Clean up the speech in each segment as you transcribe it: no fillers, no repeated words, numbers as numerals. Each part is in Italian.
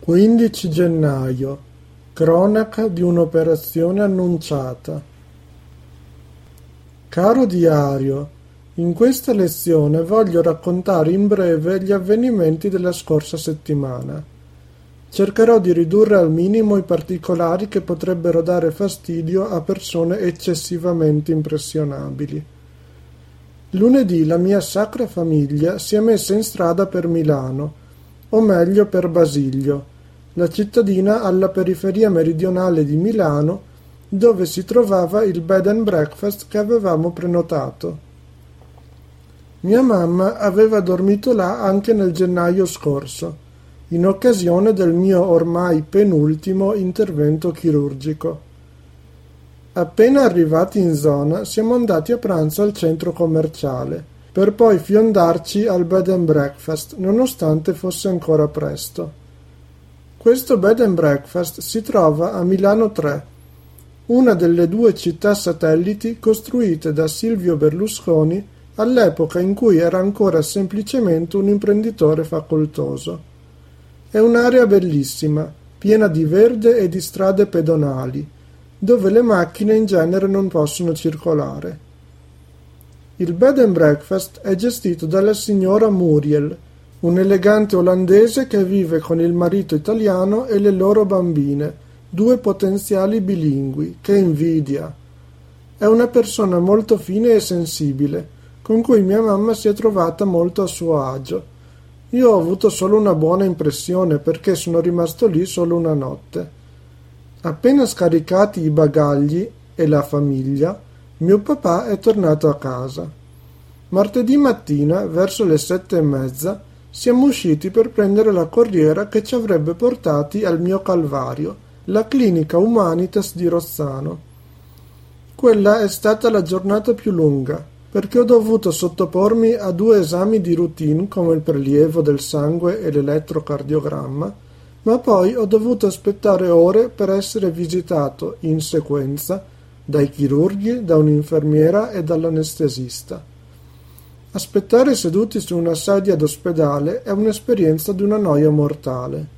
15 gennaio. Cronaca di un'operazione annunciata. Caro diario, in questa lezione voglio raccontare in breve gli avvenimenti della scorsa settimana. Cercherò di ridurre al minimo i particolari che potrebbero dare fastidio a persone eccessivamente impressionabili. Lunedì la mia sacra famiglia si è messa in strada per Milano, o meglio per Basilio, la cittadina alla periferia meridionale di Milano, dove si trovava il bed and breakfast che avevamo prenotato. Mia mamma aveva dormito là anche nel gennaio scorso, in occasione del mio ormai penultimo intervento chirurgico. Appena arrivati in zona, siamo andati a pranzo al centro commerciale, per poi fiondarci al bed and breakfast, nonostante fosse ancora presto. Questo bed and breakfast si trova a Milano 3, una delle due città satelliti costruite da Silvio Berlusconi all'epoca in cui era ancora semplicemente un imprenditore facoltoso. È un'area bellissima, piena di verde e di strade pedonali, dove le macchine in genere non possono circolare. Il bed and breakfast è gestito dalla signora Muriel, un'elegante olandese che vive con il marito italiano e le loro bambine, due potenziali bilingui, che invidia. È una persona molto fine e sensibile, con cui mia mamma si è trovata molto a suo agio. Io ho avuto solo una buona impressione perché sono rimasto lì solo una notte. Appena scaricati i bagagli e la famiglia, mio papà è tornato a casa. Martedì mattina, verso le 7:30, siamo usciti per prendere la corriera che ci avrebbe portati al mio calvario, la Clinica Humanitas di Rozzano. Quella è stata la giornata più lunga, perché ho dovuto sottopormi a 2 esami di routine come il prelievo del sangue e l'elettrocardiogramma, ma poi ho dovuto aspettare ore per essere visitato in sequenza dai chirurghi, da un'infermiera e dall'anestesista. Aspettare seduti su una sedia d'ospedale è un'esperienza di una noia mortale.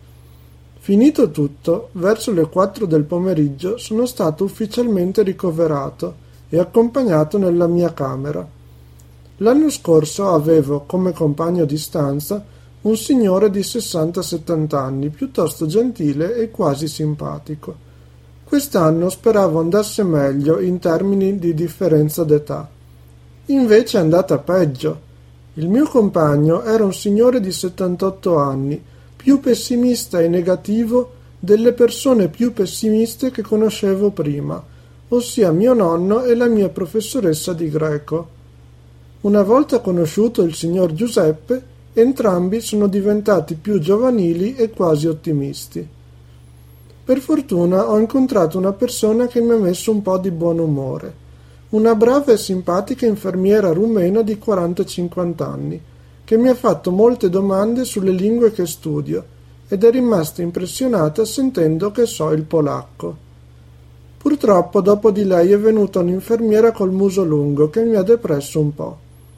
Finito tutto, verso le 4 del pomeriggio sono stato ufficialmente ricoverato e accompagnato nella mia camera. L'anno scorso avevo come compagno di stanza un signore di 60-70 anni, piuttosto gentile e quasi simpatico. Quest'anno speravo andasse meglio in termini di differenza d'età. Invece è andata peggio. Il mio compagno era un signore di 78 anni, più pessimista e negativo delle persone più pessimiste che conoscevo prima, ossia mio nonno e la mia professoressa di greco. Una volta conosciuto il signor Giuseppe, entrambi sono diventati più giovanili e quasi ottimisti. Per fortuna ho incontrato una persona che mi ha messo un po' di buon umore. Una brava e simpatica infermiera rumena di 40-50 anni, che mi ha fatto molte domande sulle lingue che studio ed è rimasta impressionata sentendo che so il polacco. Purtroppo dopo di lei è venuta un'infermiera col muso lungo che mi ha depresso un po'.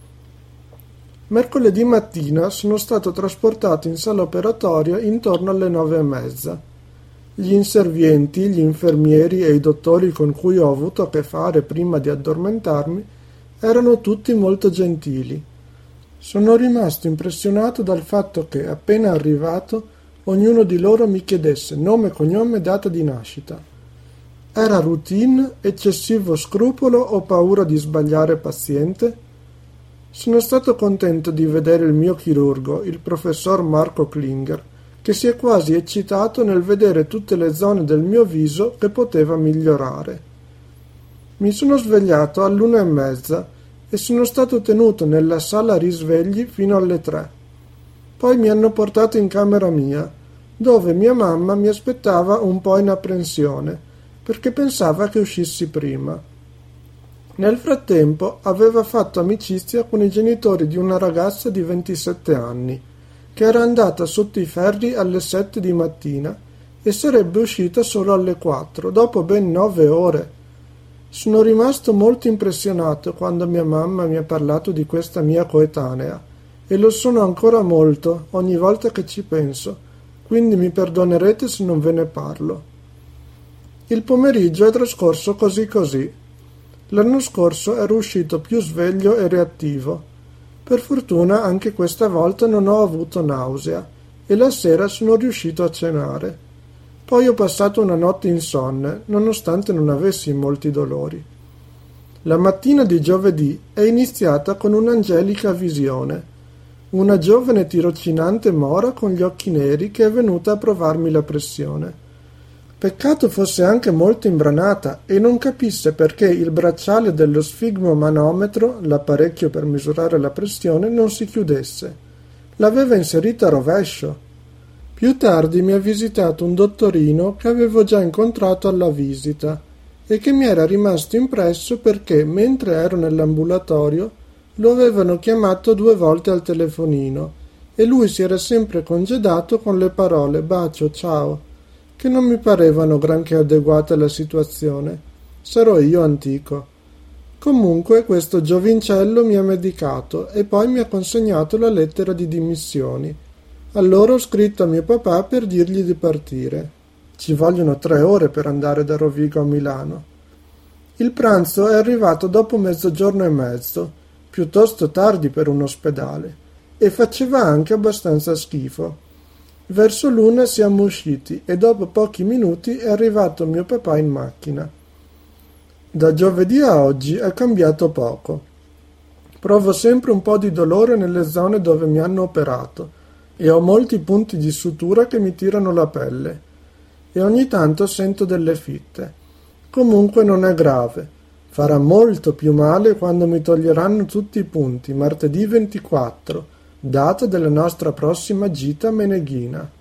Mercoledì mattina sono stato trasportato in sala operatoria intorno alle 9:30. Gli inservienti, gli infermieri e i dottori con cui ho avuto a che fare prima di addormentarmi erano tutti molto gentili. Sono rimasto impressionato dal fatto che, appena arrivato, ognuno di loro mi chiedesse nome, cognome e data di nascita. Era routine, eccessivo scrupolo o paura di sbagliare paziente? Sono stato contento di vedere il mio chirurgo, il professor Marco Klinger, che si è quasi eccitato nel vedere tutte le zone del mio viso che poteva migliorare. Mi sono svegliato all'1:30 e sono stato tenuto nella sala risvegli fino alle 3. Poi mi hanno portato in camera mia, dove mia mamma mi aspettava un po' in apprensione, perché pensava che uscissi prima. Nel frattempo aveva fatto amicizia con i genitori di una ragazza di 27 anni, che era andata sotto i ferri alle 7 di mattina e sarebbe uscita solo alle 4, dopo ben 9 ore. Sono rimasto molto impressionato quando mia mamma mi ha parlato di questa mia coetanea, e lo sono ancora molto ogni volta che ci penso, quindi mi perdonerete se non ve ne parlo. Il pomeriggio è trascorso così così. L'anno scorso ero uscito più sveglio e reattivo. Per fortuna anche questa volta non ho avuto nausea e la sera sono riuscito a cenare. Poi ho passato una notte insonne, nonostante non avessi molti dolori. La mattina di giovedì è iniziata con un'angelica visione. Una giovane tirocinante mora con gli occhi neri che è venuta a provarmi la pressione. Peccato fosse anche molto imbranata e non capisse perché il bracciale dello sfigmomanometro, l'apparecchio per misurare la pressione, non si chiudesse. L'aveva inserita a rovescio. Più tardi mi ha visitato un dottorino che avevo già incontrato alla visita e che mi era rimasto impresso perché, mentre ero nell'ambulatorio, lo avevano chiamato 2 volte al telefonino e lui si era sempre congedato con le parole «bacio, ciao», che non mi parevano granché adeguate alla situazione. Sarò io antico. Comunque questo giovincello mi ha medicato e poi mi ha consegnato la lettera di dimissioni. Allora ho scritto a mio papà per dirgli di partire. Ci vogliono 3 ore per andare da Rovigo a Milano. Il pranzo è arrivato dopo mezzogiorno e mezzo, piuttosto tardi per un ospedale, e faceva anche abbastanza schifo. Verso l'1 siamo usciti e dopo pochi minuti è arrivato mio papà in macchina. Da giovedì a oggi è cambiato poco. Provo sempre un po' di dolore nelle zone dove mi hanno operato e ho molti punti di sutura che mi tirano la pelle e ogni tanto sento delle fitte. Comunque non è grave. Farà molto più male quando mi toglieranno tutti i punti, martedì 24, data della nostra prossima gita a Meneghina.